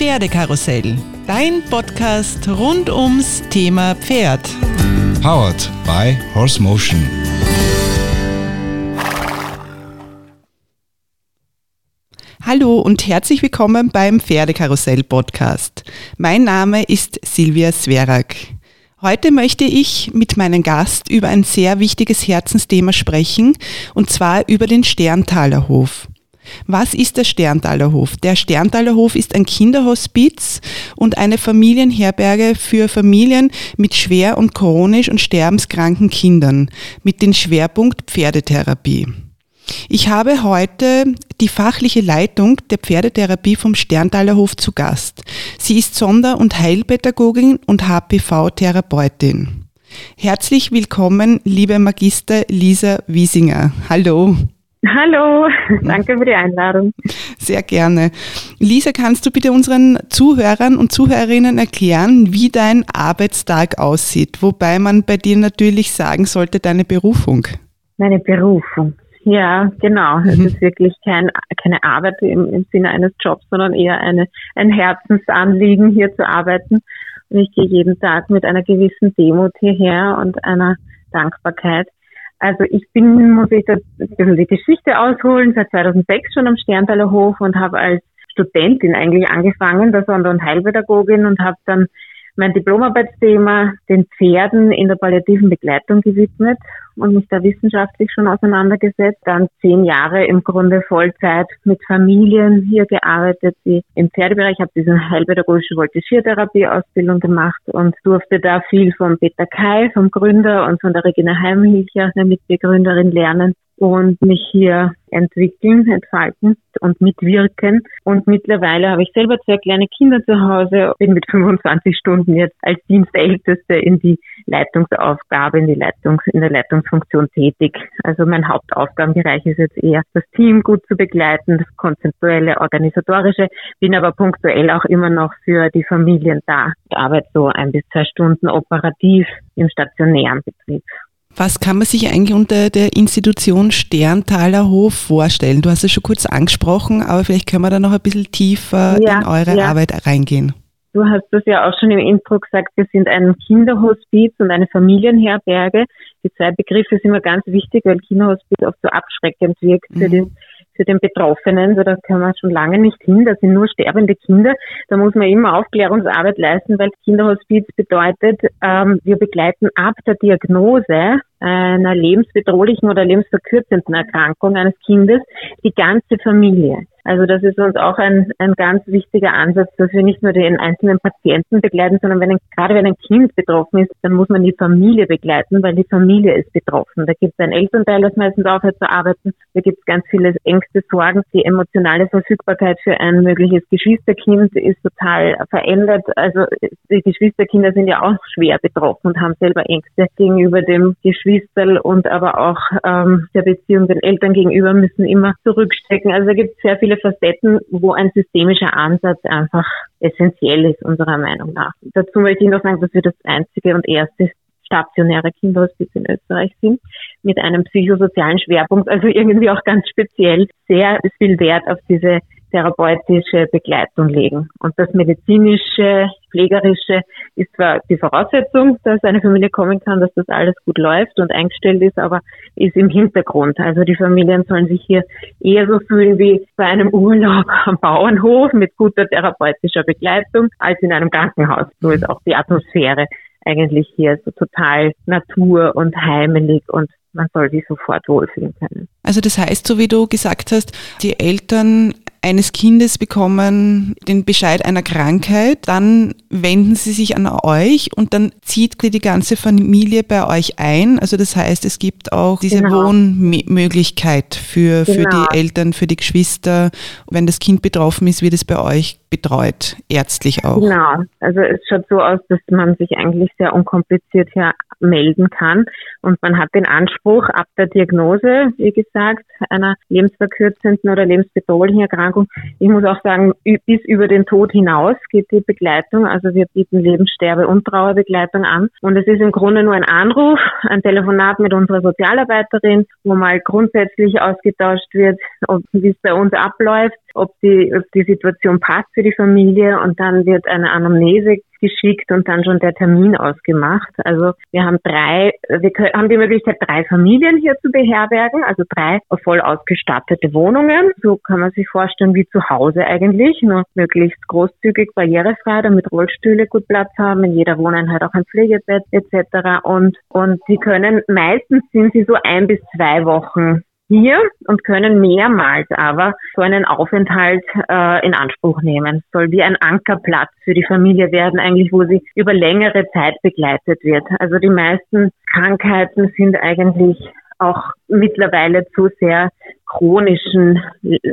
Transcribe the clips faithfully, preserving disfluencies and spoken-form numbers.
Pferdekarussell, dein Podcast rund ums Thema Pferd. Powered by Horse Motion. Hallo und herzlich willkommen beim Pferdekarussell-Podcast. Mein Name ist Silvia Sverak. Heute möchte ich mit meinem Gast über ein sehr wichtiges Herzensthema sprechen, und zwar über den Sterntaler Hof. Was ist der Sterntaler Hof? Der Sterntaler Hof ist ein Kinderhospiz und eine Familienherberge für Familien mit schwer und chronisch und sterbenskranken Kindern mit dem Schwerpunkt Pferdetherapie. Ich habe heute die fachliche Leitung der Pferdetherapie vom Sterntaler Hof zu Gast. Sie ist Sonder- und Heilpädagogin und H P V-Therapeutin. Herzlich willkommen, liebe Magister Lisa Wiesinger. Hallo. Hallo, danke für die Einladung. Sehr gerne. Lisa, kannst du bitte unseren Zuhörern und Zuhörerinnen erklären, wie dein Arbeitstag aussieht? Wobei man bei dir natürlich sagen sollte, deine Berufung. Meine Berufung, ja, genau. Mhm. Es ist wirklich kein, keine Arbeit im, im Sinne eines Jobs, sondern eher eine, ein Herzensanliegen, hier zu arbeiten. Und ich gehe jeden Tag mit einer gewissen Demut hierher und einer Dankbarkeit. Also ich bin, muss ich da ein bisschen die Geschichte ausholen, seit zweitausendsechs schon am Sterntaler Hof und habe als Studentin eigentlich angefangen, der Sonder- und Heilpädagogin, und habe dann mein Diplomarbeitsthema den Pferden in der palliativen Begleitung gewidmet und mich da wissenschaftlich schon auseinandergesetzt. Dann zehn Jahre im Grunde Vollzeit mit Familien hier gearbeitet, die im Pferdebereich. Ich habe diese heilpädagogische Voltigiertherapie-Ausbildung gemacht und durfte da viel von Peter Kai, vom Gründer, und von der Regina Heimhilcher, der Mitbegründerin, lernen und mich hier entwickeln, entfalten und mitwirken. Und mittlerweile habe ich selber zwei kleine Kinder zu Hause, bin mit fünfundzwanzig Stunden jetzt als Dienstälteste in die Leitungsaufgabe, in die Leitung, in der Leitungsfunktion tätig. Also mein Hauptaufgabenbereich ist jetzt eher, das Team gut zu begleiten, das konzeptuelle, organisatorische, bin aber punktuell auch immer noch für die Familien da. Ich arbeite so ein bis zwei Stunden operativ im stationären Betrieb. Was kann man sich eigentlich unter der Institution Sterntaler Hof vorstellen? Du hast es schon kurz angesprochen, aber vielleicht können wir da noch ein bisschen tiefer ja, in eure ja. Arbeit reingehen. Du hast das ja auch schon im Intro gesagt, wir sind ein Kinderhospiz und eine Familienherberge. Die zwei Begriffe sind mir ganz wichtig, weil Kinderhospiz oft so abschreckend wirkt für mhm. den für den Betroffenen, so da können wir schon lange nicht hin, das sind nur sterbende Kinder, da muss man immer Aufklärungsarbeit leisten, weil Kinderhospiz bedeutet, ähm, wir begleiten ab der Diagnose einer lebensbedrohlichen oder lebensverkürzenden Erkrankung eines Kindes die ganze Familie. Also das ist uns auch ein, ein ganz wichtiger Ansatz, dass wir nicht nur den einzelnen Patienten begleiten, sondern wenn ein, gerade wenn ein Kind betroffen ist, dann muss man die Familie begleiten, weil die Familie ist betroffen. Da gibt es einen Elternteil, das meistens aufhört zu arbeiten. Da gibt es ganz viele Ängste, Sorgen. Die emotionale Verfügbarkeit für ein mögliches Geschwisterkind ist total verändert. Also die Geschwisterkinder sind ja auch schwer betroffen und haben selber Ängste gegenüber dem Geschwisterl und aber auch ähm, der Beziehung den Eltern gegenüber, müssen immer zurückstecken. Also da gibt es sehr viele Facetten, wo ein systemischer Ansatz einfach essentiell ist, unserer Meinung nach. Dazu möchte ich noch sagen, dass wir das einzige und erste stationäre Kinderhospiz in Österreich sind, mit einem psychosozialen Schwerpunkt, also irgendwie auch ganz speziell sehr viel Wert auf diese therapeutische Begleitung legen. Und das medizinische, pflegerische ist zwar die Voraussetzung, dass eine Familie kommen kann, dass das alles gut läuft und eingestellt ist, aber ist im Hintergrund. Also die Familien sollen sich hier eher so fühlen wie bei einem Urlaub am Bauernhof mit guter therapeutischer Begleitung als in einem Krankenhaus. So ist auch die Atmosphäre eigentlich hier so total natur- und heimelig, und man soll sich sofort wohlfühlen können. Also das heißt, so wie du gesagt hast, die Eltern eines Kindes bekommen den Bescheid einer Krankheit, dann wenden sie sich an euch und dann zieht die ganze Familie bei euch ein. Also das heißt, es gibt auch diese genau. Wohnmöglichkeit für, genau. für die Eltern, für die Geschwister. Wenn das Kind betroffen ist, wird es bei euch betreut, ärztlich auch. Genau, also es schaut so aus, dass man sich eigentlich sehr unkompliziert hier melden kann. Und man hat den Anspruch, ab der Diagnose, wie gesagt, einer lebensverkürzenden oder lebensbedrohlichen Erkrankung, ich muss auch sagen, bis über den Tod hinaus geht die Begleitung. Also wir bieten Lebenssterbe- und Trauerbegleitung an. Und es ist im Grunde nur ein Anruf, ein Telefonat mit unserer Sozialarbeiterin, wo mal grundsätzlich ausgetauscht wird, ob, wie es bei uns abläuft, ob die, ob die Situation passt für die Familie, und dann wird eine Anamnese geschickt und dann schon der Termin ausgemacht. Also wir haben drei, wir können, haben die Möglichkeit, drei Familien hier zu beherbergen, also drei voll ausgestattete Wohnungen. So kann man sich vorstellen wie zu Hause eigentlich, nur möglichst großzügig, barrierefrei, damit Rollstühle gut Platz haben, in jeder Wohneinheit auch ein Pflegebett et cetera. Und, und sie können, meistens sind sie so ein bis zwei Wochen hier und können mehrmals aber so einen Aufenthalt äh, in Anspruch nehmen. Es soll wie ein Ankerplatz für die Familie werden, eigentlich, wo sie über längere Zeit begleitet wird. Also die meisten Krankheiten sind eigentlich auch mittlerweile zu sehr chronischen,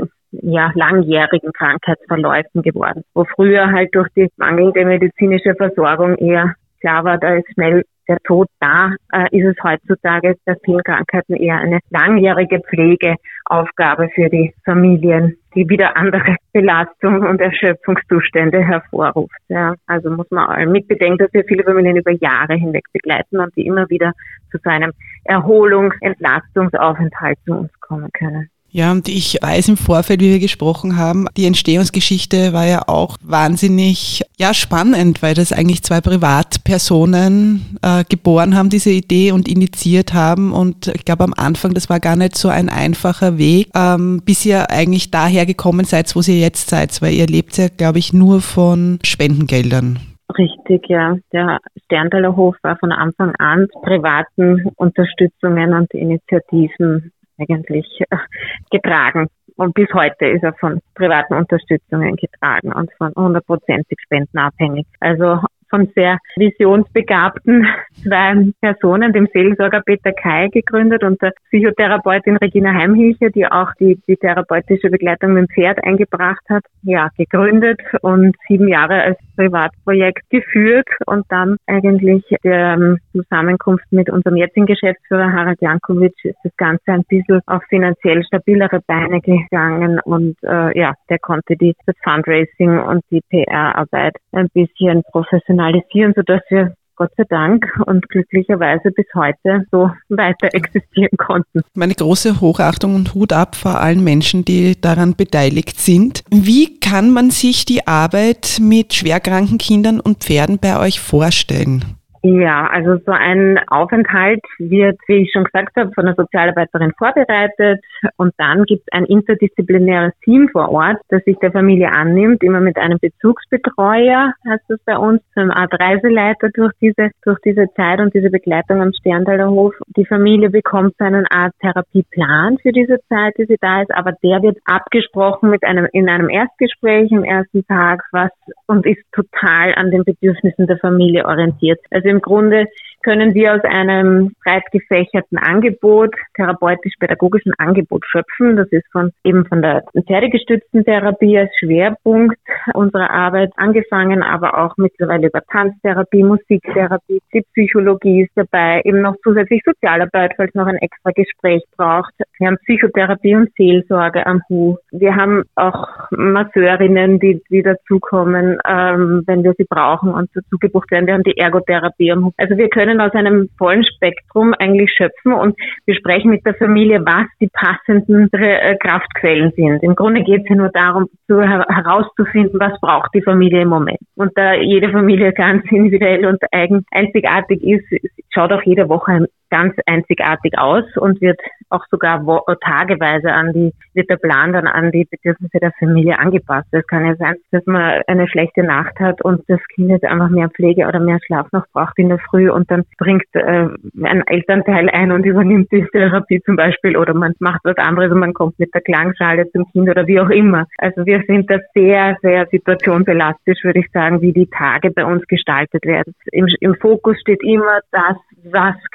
ja, langjährigen Krankheitsverläufen geworden, wo früher halt durch die mangelnde medizinische Versorgung eher klar war, da ist schnell der Tod da, äh, ist es heutzutage bei vielen Krankheiten eher eine langjährige Pflegeaufgabe für die Familien, die wieder andere Belastung und Erschöpfungszustände hervorruft. Ja, also muss man auch mitbedenken, dass wir viele Familien über Jahre hinweg begleiten und die immer wieder zu so einem Erholungs-, Entlastungsaufenthalt zu uns kommen können. Ja, und ich weiß im Vorfeld, wie wir gesprochen haben, die Entstehungsgeschichte war ja auch wahnsinnig, ja, spannend, weil das eigentlich zwei Privatpersonen äh, geboren haben, diese Idee, und initiiert haben. Und ich glaube, am Anfang, das war gar nicht so ein einfacher Weg, ähm, bis ihr eigentlich daher gekommen seid, wo ihr jetzt seid, weil ihr lebt ja, glaube ich, nur von Spendengeldern. Richtig, ja. Der Sterntaler Hof war von Anfang an privaten Unterstützungen und Initiativen eigentlich äh, getragen. Und bis heute ist er von privaten Unterstützungen getragen und von hundertprozentig spendenabhängig. Also von sehr visionsbegabten zwei Personen, dem Seelsorger Peter Kai gegründet und der Psychotherapeutin Regina Heimhilcher, die auch die, die therapeutische Begleitung mit dem Pferd eingebracht hat, ja, gegründet und sieben Jahre als Privatprojekt geführt und dann eigentlich der Zusammenkunft mit unserem jetzigen Geschäftsführer Harald Jankovic ist das Ganze ein bisschen auf finanziell stabilere Beine gegangen und äh, ja, der konnte die, das Fundraising und die P R-Arbeit ein bisschen professionalisieren, sodass wir Gott sei Dank und glücklicherweise bis heute so weiter existieren konnten. Meine große Hochachtung und Hut ab vor allen Menschen, die daran beteiligt sind. Wie kann man sich die Arbeit mit schwerkranken Kindern und Pferden bei euch vorstellen? Ja, also so ein Aufenthalt wird, wie ich schon gesagt habe, von der Sozialarbeiterin vorbereitet und dann gibt es ein interdisziplinäres Team vor Ort, das sich der Familie annimmt, immer mit einem Bezugsbetreuer, heißt das bei uns, so eine Art Reiseleiter durch diese, durch diese Zeit und diese Begleitung am Sterntaler Hof. Die Familie bekommt so eine Art Therapieplan für diese Zeit, die sie da ist, aber der wird abgesprochen mit einem, in einem Erstgespräch am ersten Tag, was, und ist total an den Bedürfnissen der Familie orientiert. Also im Grunde können wir aus einem breit gefächerten Angebot, therapeutisch-pädagogischen Angebot schöpfen. Das ist von eben von der pferdegestützten Therapie als Schwerpunkt unserer Arbeit angefangen, aber auch mittlerweile über Tanztherapie, Musiktherapie, die Psychologie ist dabei, eben noch zusätzlich Sozialarbeit, falls noch ein extra Gespräch braucht. Wir haben Psychotherapie und Seelsorge am Hut. Wir haben auch Masseurinnen, die, die dazukommen, ähm, wenn wir sie brauchen und dazu gebucht werden. Wir haben die Ergotherapie am Hut. Also wir können aus einem vollen Spektrum eigentlich schöpfen und wir sprechen mit der Familie, was die passenden äh, Kraftquellen sind. Im Grunde geht es ja nur darum, zu, herauszufinden, was braucht die Familie im Moment. Und da jede Familie ganz individuell und eigen, einzigartig ist, schaut auch jede Woche ganz einzigartig aus und wird auch sogar wo- tageweise an die, wird der Plan dann an die Bedürfnisse der Familie angepasst. Es kann ja sein, dass man eine schlechte Nacht hat und das Kind jetzt einfach mehr Pflege oder mehr Schlaf noch braucht in der Früh und dann bringt äh, ein Elternteil ein und übernimmt die Therapie zum Beispiel oder man macht was anderes und man kommt mit der Klangschale zum Kind oder wie auch immer. Also wir sind da sehr, sehr situationselastisch, würde ich sagen, wie die Tage bei uns gestaltet werden. Im, im Fokus steht immer das, was kann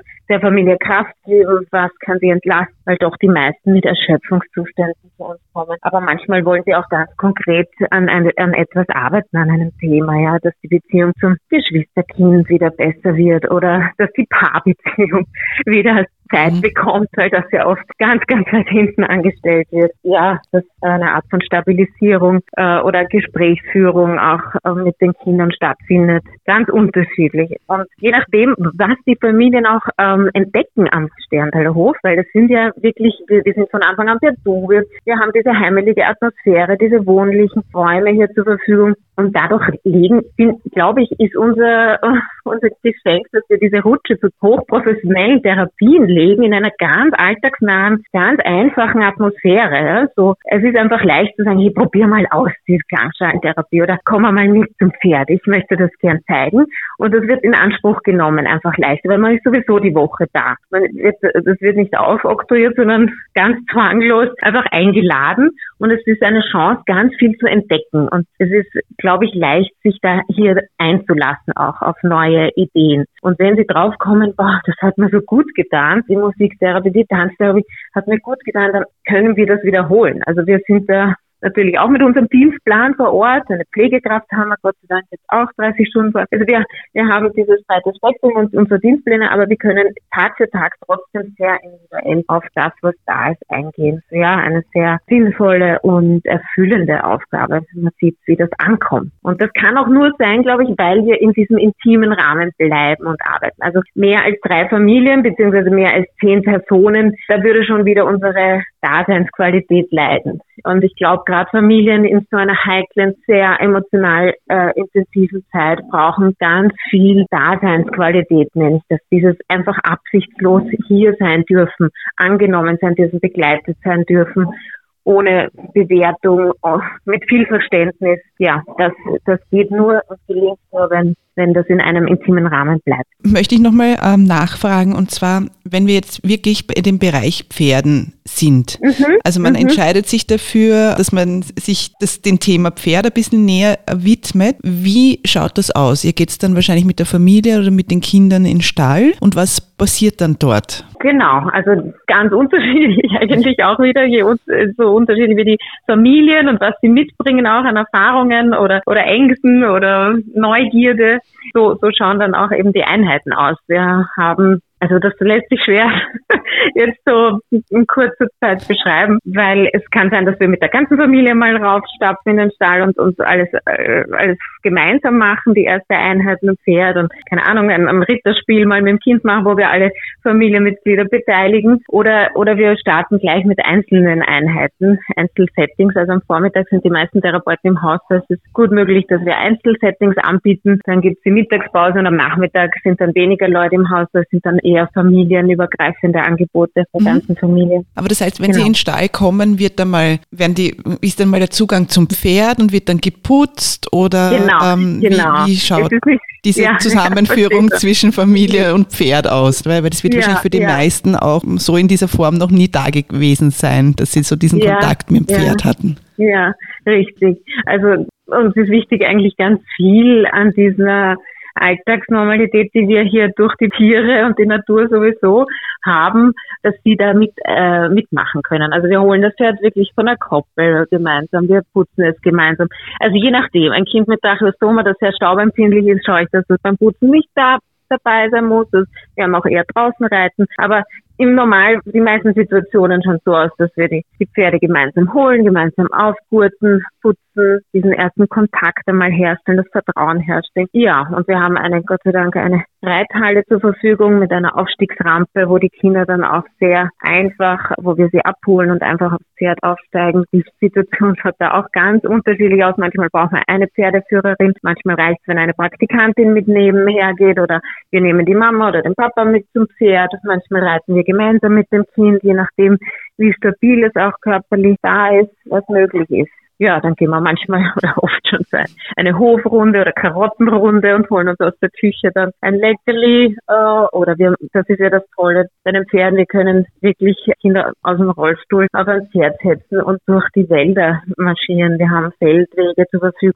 der Familie Kraft geben, was kann sie entlasten, weil doch die meisten mit Erschöpfungszuständen zu uns kommen. Aber manchmal wollen sie auch ganz konkret an, an, an etwas arbeiten, an einem Thema, ja, dass die Beziehung zum Geschwisterkind wieder besser wird oder dass die Paarbeziehung wieder Zeit bekommt, weil das ja oft ganz, ganz weit hinten angestellt wird. Ja, dass eine Art von Stabilisierung äh, oder Gesprächsführung auch äh, mit den Kindern stattfindet. Ganz unterschiedlich. Und je nachdem, was die Familien auch ähm, entdecken am Sterntaler Hof, weil das sind ja wirklich, wir, wir sind von Anfang an per Du, wir, wir haben diese heimelige Atmosphäre, diese wohnlichen Räume hier zur Verfügung. Und dadurch liegen, glaube ich, ist unser, unser Geschenk, dass wir diese Rutsche zu hochprofessionellen Therapien legen, in einer ganz alltagsnahen, ganz einfachen Atmosphäre. So, es ist einfach leicht zu sagen, hey, probier mal aus, diese Klangschalentherapie, oder komm mal mit zum Pferd, ich möchte das gern zeigen. Und das wird in Anspruch genommen, einfach leichter, weil man ist sowieso die Woche da. Man wird, das wird nicht aufoktroyiert, sondern ganz zwanglos einfach eingeladen. Und es ist eine Chance, ganz viel zu entdecken. Und es ist, glaube ich, leicht, sich da hier einzulassen, auch auf neue Ideen. Und wenn Sie draufkommen, boah, das hat mir so gut getan, die Musiktherapie, die Tanztherapie hat mir gut getan, dann können wir das wiederholen. Also wir sind da natürlich auch mit unserem Dienstplan vor Ort. Eine Pflegekraft haben wir Gott sei Dank jetzt auch dreißig Stunden vor Ort. Also wir, wir haben dieses breite Spektrum und unsere Dienstpläne, aber wir können Tag für Tag trotzdem sehr individuell auf das, was da ist, eingehen. Ja, eine sehr sinnvolle und erfüllende Aufgabe. Man sieht, wie das ankommt. Und das kann auch nur sein, glaube ich, weil wir in diesem intimen Rahmen bleiben und arbeiten. Also mehr als drei Familien, beziehungsweise mehr als zehn Personen, da würde schon wieder unsere Daseinsqualität leiden. Und ich glaube, gerade Familien in so einer heiklen, sehr emotional äh, intensiven Zeit brauchen ganz viel Daseinsqualität, nenne ich das. Dieses einfach absichtslos hier sein dürfen, angenommen sein dürfen, begleitet sein dürfen, ohne Bewertung, mit viel Verständnis. Ja, das, das geht nur und gelingt nur, wenn, wenn das in einem intimen Rahmen bleibt. Möchte ich nochmal ähm, nachfragen, und zwar, wenn wir jetzt wirklich bei dem Bereich Pferden sind. Mhm, also man mhm. entscheidet sich dafür, dass man sich das, dem Thema Pferd ein bisschen näher widmet. Wie schaut das aus? Ihr geht dann wahrscheinlich mit der Familie oder mit den Kindern in den Stall, und was passiert dann dort? Genau, also ganz unterschiedlich eigentlich auch wieder, je so unterschiedlich wie die Familien und was sie mitbringen auch an Erfahrungen oder oder Ängsten oder Neugierde. So, so schauen dann auch eben die Einheiten aus. Wir haben, also das lässt sich schwer jetzt so in kurzer Zeit beschreiben, weil es kann sein, dass wir mit der ganzen Familie mal raufstapfen in den Stall und uns alles äh, alles gemeinsam machen, die erste Einheit mit dem Pferd und, keine Ahnung, ein, ein Ritterspiel mal mit dem Kind machen, wo wir alle Familienmitglieder beteiligen, oder oder wir starten gleich mit einzelnen Einheiten, Einzelsettings. Also am Vormittag sind die meisten Therapeuten im Haus, da ist es gut möglich, dass wir Einzelsettings anbieten. Dann gibt es die Mittagspause und am Nachmittag sind dann weniger Leute im Haus, das sind dann eher familienübergreifende Angebote der mhm. ganzen Familie. Aber das heißt, wenn genau. Sie in den Stall kommen, wird dann mal, werden die, ist dann mal der Zugang zum Pferd und wird dann geputzt, oder genau, ähm, genau. Wie, wie schaut nicht, diese ja, Zusammenführung ja, zwischen Familie und Pferd aus? Weil, weil das wird ja, wahrscheinlich für die ja. meisten auch so in dieser Form noch nie da gewesen sein, dass sie so diesen ja, Kontakt mit dem Pferd ja. hatten. Ja, richtig. Also uns ist wichtig eigentlich ganz viel an dieser Alltagsnormalität, die wir hier durch die Tiere und die Natur sowieso haben, dass sie da mit, äh, mitmachen können. Also wir holen das Pferd wirklich von der Koppel gemeinsam, wir putzen es gemeinsam. Also je nachdem, ein Kind mit Tracheostoma, das sehr staubempfindlich ist, schaue ich, dass das beim Putzen nicht da dabei sein muss. Das, wir haben auch eher draußen reiten, aber im Normal, die meisten Situationen schauen so aus, dass wir die, die Pferde gemeinsam holen, gemeinsam aufgurten, putzen, diesen ersten Kontakt einmal herstellen, das Vertrauen herstellen. Ja, und wir haben eine, Gott sei Dank, eine Reithalle zur Verfügung mit einer Aufstiegsrampe, wo die Kinder dann auch sehr einfach, wo wir sie abholen und einfach aufs Pferd aufsteigen. Die Situation schaut da auch ganz unterschiedlich aus. Manchmal brauchen wir eine Pferdeführerin, manchmal reicht es, wenn eine Praktikantin mit nebenher geht, oder wir nehmen die Mama oder den Papa mit zum Pferd. Manchmal reiten wir gemeinsam mit dem Kind, je nachdem, wie stabil es auch körperlich da ist, was möglich ist. Ja, dann gehen wir manchmal oder oft schon so eine Hofrunde oder Karottenrunde und holen uns aus der Küche dann ein Leckerli. Äh, oder wir, das ist ja das Tolle bei den Pferden, wir können wirklich Kinder aus dem Rollstuhl auf ein Pferd setzen und durch die Wälder marschieren. Wir haben Feldwege zur Verfügung,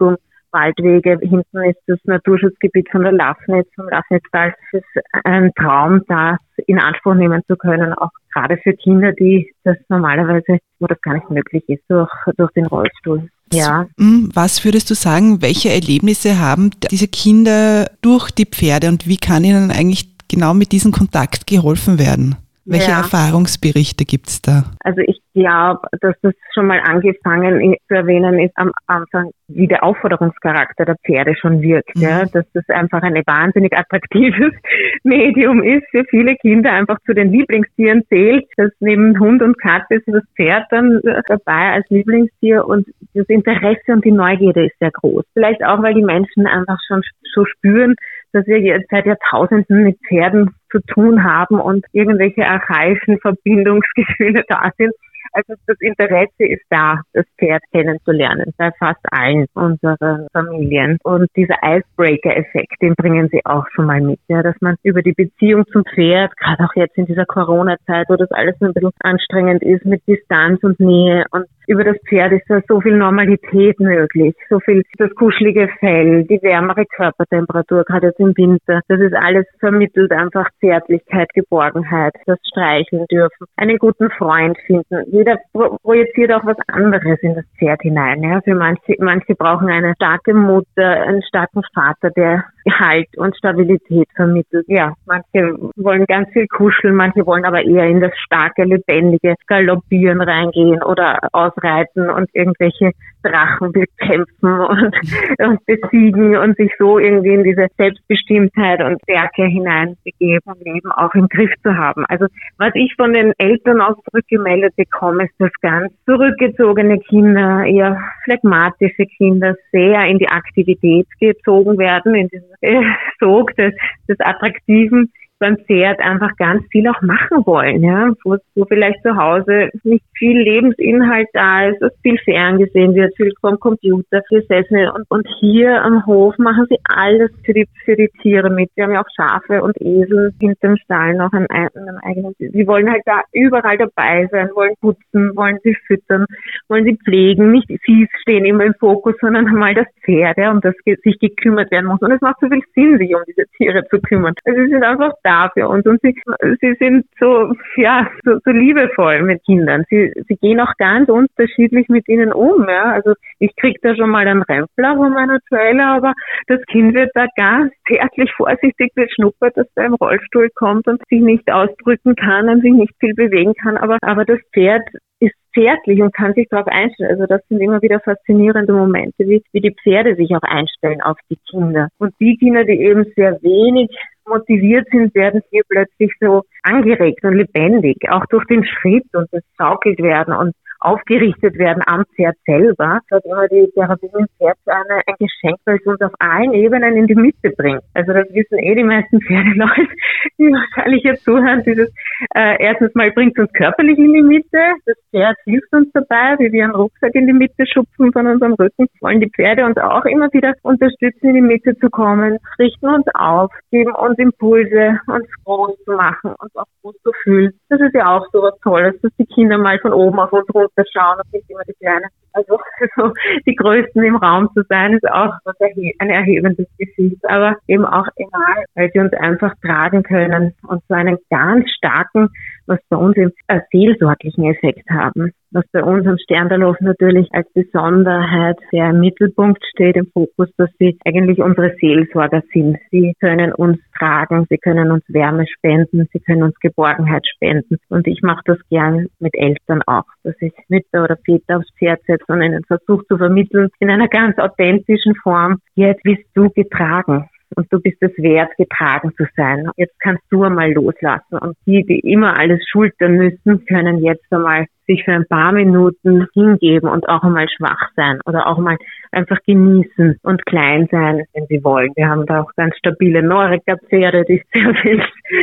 Waldwege. Hinten ist das Naturschutzgebiet von der Lafnitz, vom Lafnitztal. Es ist ein Traum, das in Anspruch nehmen zu können, auch gerade für Kinder, die das normalerweise, wo das gar nicht möglich ist, durch, durch den Rollstuhl. Ja. Was würdest du sagen, welche Erlebnisse haben diese Kinder durch die Pferde und wie kann ihnen eigentlich genau mit diesem Kontakt geholfen werden? Welche ja. Erfahrungsberichte gibt's da? Also ich glaube, dass das schon mal angefangen zu erwähnen ist am Anfang, wie der Aufforderungscharakter der Pferde schon wirkt. Mhm. Ja, dass das einfach ein wahnsinnig attraktives Medium ist für viele Kinder, einfach zu den Lieblingstieren zählt. Das neben Hund und Katze ist das Pferd dann dabei als Lieblingstier und das Interesse und die Neugierde ist sehr groß. Vielleicht auch, weil die Menschen einfach schon so spüren, dass wir jetzt seit Jahrtausenden mit Pferden zu tun haben und irgendwelche archaischen Verbindungsgefühle da sind. Also das Interesse ist da, das Pferd kennenzulernen, bei fast allen unseren Familien. Und dieser Icebreaker-Effekt, den bringen sie auch schon mal mit, ja, dass man über die Beziehung zum Pferd, gerade auch jetzt in dieser Corona-Zeit, wo das alles so ein bisschen anstrengend ist mit Distanz und Nähe und über das Pferd ist da so viel Normalität möglich, so viel das kuschelige Fell, die wärmere Körpertemperatur, gerade jetzt im Winter. Das ist alles vermittelt einfach Zärtlichkeit, Geborgenheit, das Streicheln dürfen, einen guten Freund finden. Jeder projiziert auch was anderes in das Pferd hinein. Ja. Für manche, manche brauchen eine starke Mutter, einen starken Vater, der Halt und Stabilität vermittelt. Ja, manche wollen ganz viel kuscheln, manche wollen aber eher in das starke, lebendige Galoppieren reingehen oder ausreiten und irgendwelche Drachen bekämpfen und, und besiegen und sich so irgendwie in diese Selbstbestimmtheit und Stärke hineinbegeben, um Leben auch im Griff zu haben. Also was ich von den Eltern auch zurückgemeldet bekomme, ist, dass ganz zurückgezogene Kinder, eher phlegmatische Kinder sehr in die Aktivität gezogen werden, in diesen äh, Sog des, des Attraktiven beim Pferd einfach ganz viel auch machen wollen, ja, wo, wo vielleicht zu Hause nicht viel Lebensinhalt da ist, dass viel ferngesehen wird, viel vom Computer gesessen und, und hier am Hof machen sie alles für die, für die Tiere mit. Wir haben ja auch Schafe und Esel hinterm Stall noch einen, einen eigenen. Sie wollen halt da überall dabei sein, wollen putzen, wollen sie füttern, wollen sie pflegen. Nicht sie stehen immer im Fokus, sondern mal das Pferd, ja, um das ge- sich gekümmert werden muss. Und es macht so viel Sinn, sich um diese Tiere zu kümmern. Also sie sind einfach da für uns und sie, sie sind so, ja, so, so liebevoll mit Kindern. Sie, sie gehen auch ganz unterschiedlich mit ihnen um, ja. Also ich krieg da schon mal einen Rempler von meiner Trailer, aber das Kind wird da ganz zärtlich vorsichtig beschnuppert, dass er im Rollstuhl kommt und sich nicht ausdrücken kann und sich nicht viel bewegen kann, aber, aber das Pferd ist zärtlich und kann sich darauf einstellen. Also das sind immer wieder faszinierende Momente, wie, wie die Pferde sich auch einstellen auf die Kinder. Und die Kinder, die eben sehr wenig motiviert sind, werden hier plötzlich so angeregt und lebendig, auch durch den Schritt und das Schaukelt werden und aufgerichtet werden am Pferd selber. Das hat immer die Therapie mit Pferd eine, ein Geschenk, weil es uns auf allen Ebenen in die Mitte bringt. Also das wissen eh die meisten Pferdeleute, die wahrscheinlich jetzt zuhören. Dieses, äh, erstens mal bringt es uns körperlich in die Mitte. Das Pferd hilft uns dabei, wie wir einen Rucksack in die Mitte schupfen von unserem Rücken. Wollen die Pferde uns auch immer wieder unterstützen, in die Mitte zu kommen, richten uns auf, geben uns Impulse, uns groß zu machen, uns auch groß zu fühlen. Das ist ja auch so was Tolles, dass die Kinder mal von oben auf uns runterschauen und nicht immer die Kleinen. Also so die Größten im Raum zu sein, ist auch was erhe- ein erhebendes Gefühl. Aber eben auch egal, weil sie uns einfach tragen können und so einen ganz starken, was bei uns im äh, seelsorglichen Effekt haben. Was bei uns am Sterndalhof natürlich als Besonderheit sehr im Mittelpunkt steht, im Fokus, dass sie eigentlich unsere Seelsorger sind. Sie können uns tragen, sie können uns Wärme spenden, sie können uns Geborgenheit spenden. Und ich mache das gern mit Eltern auch, dass ich Mütter oder Väter aufs Pferd setze und ihnen versuche zu vermitteln, in einer ganz authentischen Form, jetzt bist du getragen. Und du bist es wert, getragen zu sein. Jetzt kannst du einmal loslassen. Und die, die immer alles schultern müssen, können jetzt einmal sich für ein paar Minuten hingeben und auch einmal schwach sein oder auch mal einfach genießen und klein sein, wenn sie wollen. Wir haben da auch ganz stabile Norica-Pferde, die sehr viel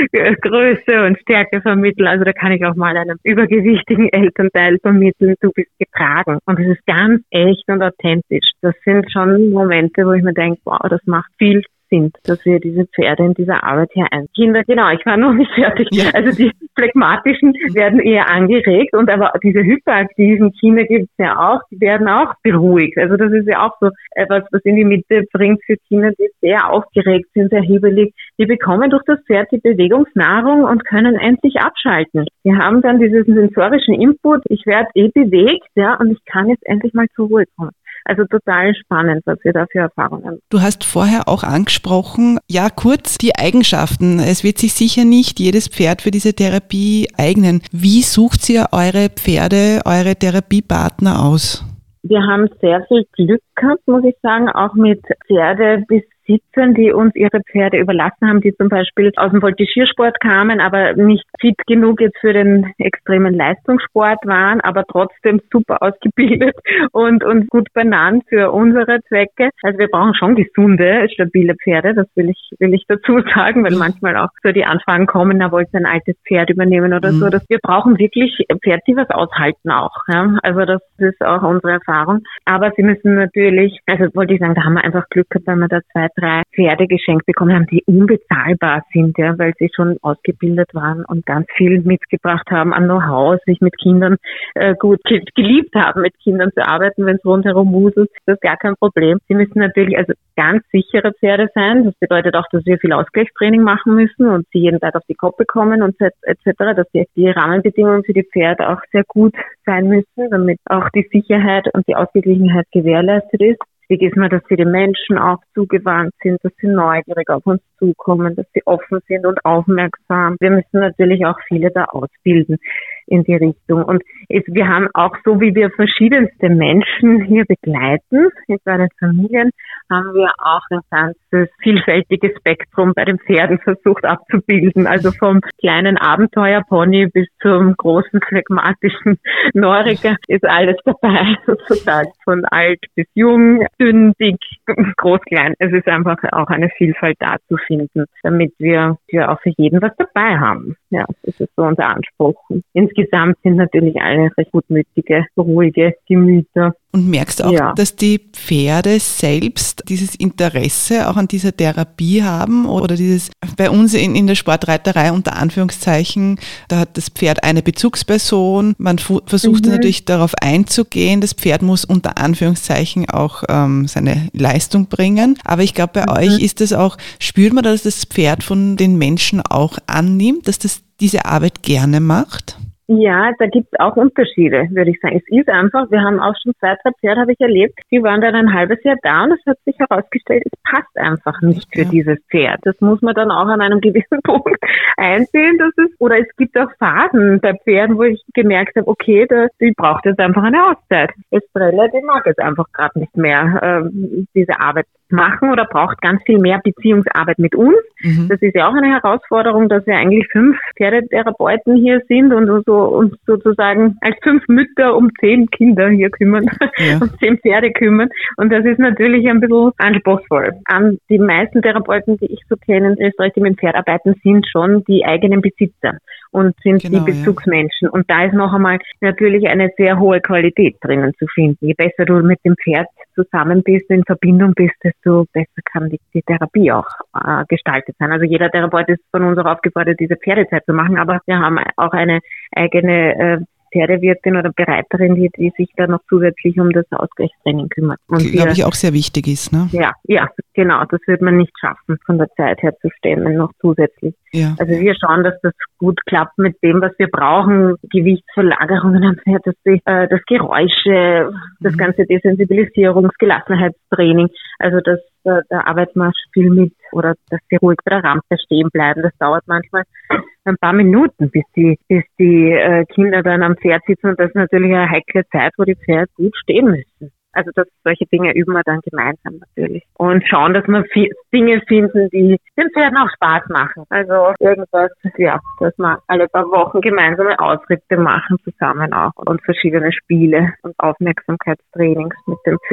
Größe und Stärke vermitteln. Also da kann ich auch mal einem übergewichtigen Elternteil vermitteln, du bist getragen. Und es ist ganz echt und authentisch. Das sind schon Momente, wo ich mir denke, wow, das macht viel sind, dass wir diese Pferde in dieser Arbeit hier ein. Kinder, genau, ich war noch nicht fertig. Ja. Also die Phlegmatischen werden eher angeregt und aber diese hyperaktiven Kinder gibt es ja auch, die werden auch beruhigt. Also das ist ja auch so etwas, was in die Mitte bringt für Kinder, die sehr aufgeregt sind, sehr hibbelig. Die bekommen durch das Pferd die Bewegungsnahrung und können endlich abschalten. Wir haben dann diesen sensorischen Input, ich werde eh bewegt, ja, und ich kann jetzt endlich mal zur Ruhe kommen. Also total spannend, was wir da für Erfahrungen haben. Du hast vorher auch angesprochen, ja kurz die Eigenschaften. Es wird sich sicher nicht jedes Pferd für diese Therapie eignen. Wie sucht ihr eure Pferde, eure Therapiepartner aus? Wir haben sehr viel Glück gehabt, muss ich sagen, auch mit Pferdebesitzern, die uns ihre Pferde überlassen haben, die zum Beispiel aus dem Voltigiersport kamen, aber nicht fit genug jetzt für den extremen Leistungssport waren, aber trotzdem super ausgebildet und, und gut benannt für unsere Zwecke. Also wir brauchen schon gesunde, stabile Pferde, das will ich, will ich dazu sagen, weil manchmal auch so die Anfragen kommen, da wollt ihr ein altes Pferd übernehmen oder mhm. so. Das, wir brauchen wirklich Pferde, die was aushalten auch. Ja? Also das ist auch unsere Erfahrung. Aber sie müssen natürlich, also wollte ich sagen, da haben wir einfach Glück gehabt, wenn wir da zwei, drei Pferde geschenkt bekommen haben, die unbezahlbar sind, ja, weil sie schon ausgebildet waren und ganz viel mitgebracht haben an Know-how, sich mit Kindern äh, gut geliebt haben, mit Kindern zu arbeiten, wenn es rundherum wuselt. Das ist gar kein Problem. Sie müssen natürlich also ganz sichere Pferde sein. Das bedeutet auch, dass wir viel Ausgleichstraining machen müssen und sie jeden Tag auf die Koppe kommen und et cetera, dass die, die Rahmenbedingungen für die Pferde auch sehr gut sein müssen, damit auch die Sicherheit und die Ausgeglichenheit gewährleistet ist. Wichtig ist mir, dass sie den Menschen auch zugewandt sind, dass sie neugierig auf uns zukommen, dass sie offen sind und aufmerksam. Wir müssen natürlich auch viele da ausbilden in die Richtung. Und es, wir haben auch, so wie wir verschiedenste Menschen hier begleiten, bei den Familien, haben wir auch ein ganzes vielfältiges Spektrum bei den Pferden versucht abzubilden. Also vom kleinen Abenteuerpony bis zum großen phlegmatischen Neuriger ist alles dabei, sozusagen. Von alt bis jung, dünn, dick, groß, klein. Es ist einfach auch eine Vielfalt da zu finden, damit wir, wir auch für jeden was dabei haben. Ja, das ist so unser Anspruch. Insgesamt sind natürlich alle recht gutmütige, ruhige Gemüter. Und merkst du auch, ja, dass die Pferde selbst dieses Interesse auch an dieser Therapie haben oder dieses, bei uns in, in der Sportreiterei unter Anführungszeichen, da hat das Pferd eine Bezugsperson, man fu- versucht mhm. natürlich darauf einzugehen, das Pferd muss unter Anführungszeichen auch ähm, seine Leistung bringen, aber ich glaube, bei mhm. euch ist das auch, spürt man, dass das Pferd von den Menschen auch annimmt, dass das diese Arbeit gerne macht? Ja, da gibt es auch Unterschiede, würde ich sagen. Es ist einfach, wir haben auch schon zwei, drei Pferde, habe ich erlebt, die waren dann ein halbes Jahr da und es hat sich herausgestellt, es passt einfach nicht für ja. dieses Pferd. Das muss man dann auch an einem gewissen Punkt einsehen, dass es, oder es gibt auch Phasen bei Pferden, wo ich gemerkt habe, okay, das, die braucht jetzt einfach eine Auszeit. Estrella, die mag jetzt einfach gerade nicht mehr ähm, diese Arbeit machen oder braucht ganz viel mehr Beziehungsarbeit mit uns. Mhm. Das ist ja auch eine Herausforderung, dass wir eigentlich fünf Pferdetherapeuten hier sind und so uns sozusagen als fünf Mütter um zehn Kinder hier kümmern, ja. um zehn Pferde kümmern. Und das ist natürlich ein bisschen anspruchsvoll. Um, die meisten Therapeuten, die ich so kenne in Österreich, die mit dem Pferd arbeiten, sind schon die eigenen Besitzer und sind genau, die Bezugsmenschen. Ja. Und da ist noch einmal natürlich eine sehr hohe Qualität drinnen zu finden. Je besser du mit dem Pferd zusammen bist, in Verbindung bist, desto besser kann die, die Therapie auch äh, gestaltet sein. Also jeder Therapeut ist von uns auch aufgefordert, diese Pferdezeit zu machen, aber wir haben auch eine eigene äh, Pferdewirtin oder Bereiterin, die, die sich da noch zusätzlich um das Ausgleichstraining kümmert. Und glaube ich auch sehr wichtig ist, ne? Ja, ja, genau. Das wird man nicht schaffen, von der Zeit her zu stemmen, noch zusätzlich. Ja. Also wir schauen, dass das gut klappt mit dem, was wir brauchen. Gewichtsverlagerungen am Pferd, das, äh, das Geräusche, das mhm. ganze Desensibilisierungs-, Gelassenheitstraining. Also das, äh, da arbeitet man viel mit. Oder dass sie ruhig bei der Rampe stehen bleiben. Das dauert manchmal ein paar Minuten, bis die, bis die äh, Kinder dann am Pferd sitzen. Und das ist natürlich eine heikle Zeit, wo die Pferde gut stehen müssen. Also das, solche Dinge üben wir dann gemeinsam natürlich. Und schauen, dass wir viel, Dinge finden, die den Pferden auch Spaß machen. Also irgendwas, ja, dass wir alle paar Wochen gemeinsame Ausritte machen zusammen auch. Und verschiedene Spiele und Aufmerksamkeitstrainings mit den Pferden.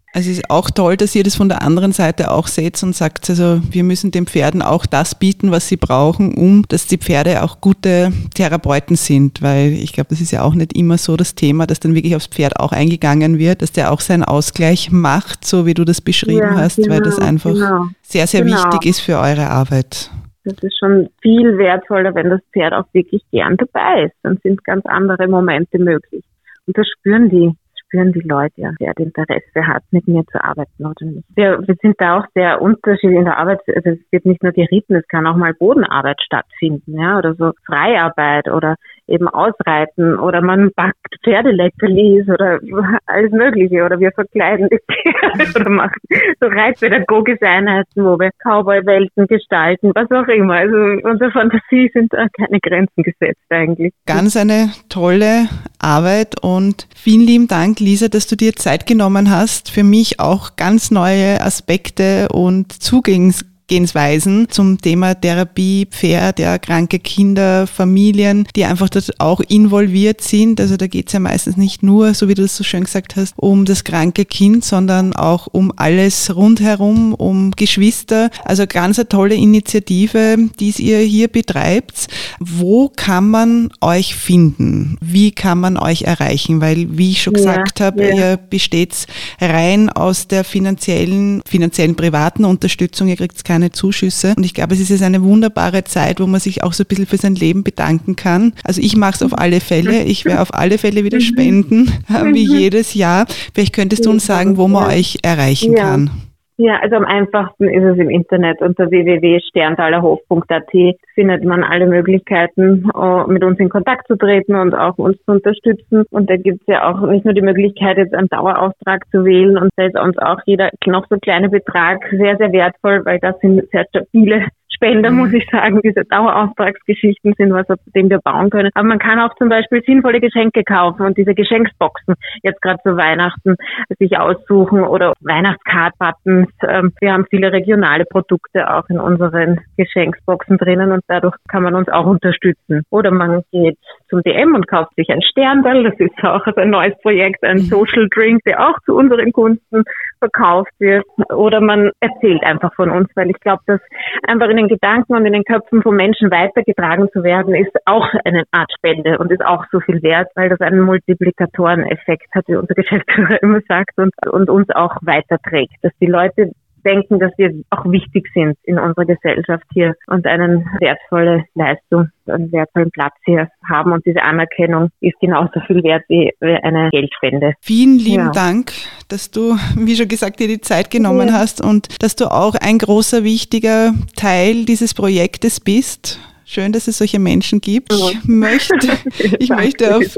Also es ist auch toll, dass ihr das von der anderen Seite auch seht und sagt, also wir müssen den Pferden auch das bieten, was sie brauchen, um dass die Pferde auch gute Therapeuten sind, weil ich glaube, das ist ja auch nicht immer so das Thema, dass dann wirklich aufs Pferd auch eingegangen wird, dass der auch seinen Ausgleich macht, so wie du das beschrieben ja, hast, genau, weil das einfach genau. sehr, sehr genau. wichtig ist für eure Arbeit. Das ist schon viel wertvoller, wenn das Pferd auch wirklich gern dabei ist. Dann sind ganz andere Momente möglich. Und das spüren die, spüren die Leute ja, wer das Interesse hat, mit mir zu arbeiten oder nicht. Wir, wir sind da auch sehr unterschiedlich in der Arbeit. Also es wird nicht nur geritten, es kann auch mal Bodenarbeit stattfinden, ja, oder so Freiarbeit oder eben Ausreiten oder man backt Pferdeleckerlis oder alles Mögliche oder wir verkleiden die Pferde oder machen so reitpädagogische Einheiten, wo wir Cowboy-Welten gestalten, was auch immer. Also unserer Fantasie sind da keine Grenzen gesetzt eigentlich. Ganz eine tolle Arbeit und vielen lieben Dank, Lisa, dass du dir Zeit genommen hast, für mich auch ganz neue Aspekte und Zugängs Gehensweisen zum Thema Therapie, Pferd, ja, kranke Kinder, Familien, die einfach dort auch involviert sind. Also da geht es ja meistens nicht nur, so wie du das so schön gesagt hast, um das kranke Kind, sondern auch um alles rundherum, um Geschwister. Also ganz eine tolle Initiative, die ihr hier betreibt. Wo kann man euch finden? Wie kann man euch erreichen? Weil, wie ich schon gesagt ja, habe, ja. ihr besteht rein aus der finanziellen, finanziellen privaten Unterstützung. Ihr kriegt keine Zuschüsse. Und ich glaube, es ist jetzt eine wunderbare Zeit, wo man sich auch so ein bisschen für sein Leben bedanken kann. Also ich mache es auf alle Fälle. Ich werde auf alle Fälle wieder spenden, wie jedes Jahr. Vielleicht könntest du uns sagen, wo man euch erreichen ja. kann. Ja, also am einfachsten ist es im Internet unter w w w punkt sterntalerhof punkt a t findet man alle Möglichkeiten, mit uns in Kontakt zu treten und auch uns zu unterstützen. Und da gibt es ja auch nicht nur die Möglichkeit, jetzt einen Dauerauftrag zu wählen und da ist uns auch jeder noch so kleine Betrag sehr, sehr wertvoll, weil das sind sehr stabile Spender, muss ich sagen. Diese Dauerauftragsgeschichten sind was, auf dem wir bauen können. Aber man kann auch zum Beispiel sinnvolle Geschenke kaufen und diese Geschenksboxen jetzt gerade zu Weihnachten sich aussuchen oder Weihnachtscard-Buttons. Wir haben viele regionale Produkte auch in unseren Geschenksboxen drinnen und dadurch kann man uns auch unterstützen. Oder man geht zum D M und kauft sich ein Sterndal. Das ist auch ein neues Projekt, ein Social Drink, der auch zu unseren Kunden verkauft wird. Oder man erzählt einfach von uns, weil ich glaube, dass einfach in den Gedanken und in den Köpfen von Menschen weitergetragen zu werden, ist auch eine Art Spende und ist auch so viel wert, weil das einen Multiplikatoreneffekt hat, wie unser Geschäftsführer immer sagt, und, und uns auch weiterträgt, dass die Leute denken, dass wir auch wichtig sind in unserer Gesellschaft hier und eine wertvolle Leistung, einen wertvollen Platz hier haben. Und diese Anerkennung ist genauso viel wert wie eine Geldspende. Vielen lieben ja. Dank, dass du, wie schon gesagt, dir die Zeit genommen ja. hast und dass du auch ein großer, wichtiger Teil dieses Projektes bist. Schön, dass es solche Menschen gibt. Ich möchte, ich möchte auf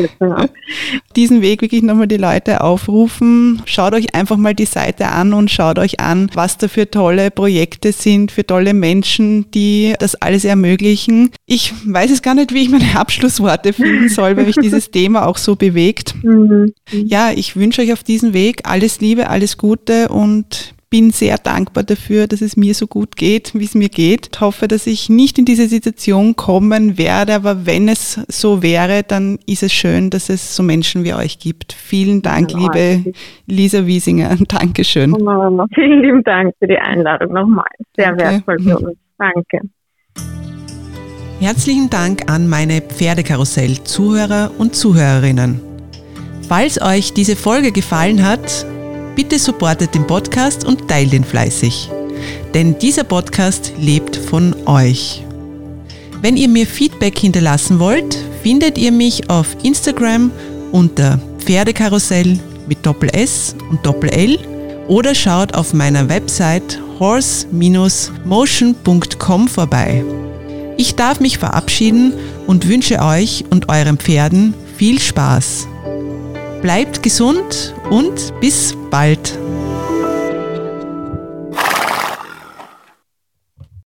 diesen Weg wirklich nochmal die Leute aufrufen. Schaut euch einfach mal die Seite an und schaut euch an, was da für tolle Projekte sind, für tolle Menschen, die das alles ermöglichen. Ich weiß es gar nicht, wie ich meine Abschlussworte finden soll, weil mich dieses Thema auch so bewegt. Mhm. Ja, ich wünsche euch auf diesem Weg alles Liebe, alles Gute und bin sehr dankbar dafür, dass es mir so gut geht, wie es mir geht. Ich hoffe, dass ich nicht in diese Situation kommen werde, aber wenn es so wäre, dann ist es schön, dass es so Menschen wie euch gibt. Vielen Dank, liebe Lisa Wiesinger. Dankeschön. Oh, vielen lieben Dank für die Einladung nochmal. Sehr Danke. wertvoll für uns. Danke. Herzlichen Dank an meine Pferdekarussell-Zuhörer und Zuhörerinnen. Falls euch diese Folge gefallen hat, bitte supportet den Podcast und teilt ihn fleißig. Denn dieser Podcast lebt von euch. Wenn ihr mir Feedback hinterlassen wollt, findet ihr mich auf Instagram unter Pferdekarussell mit Doppel-S und Doppel-L oder schaut auf meiner Website horse Bindestrich motion Punkt com vorbei. Ich darf mich verabschieden und wünsche euch und euren Pferden viel Spaß. Bleibt gesund und bis bald.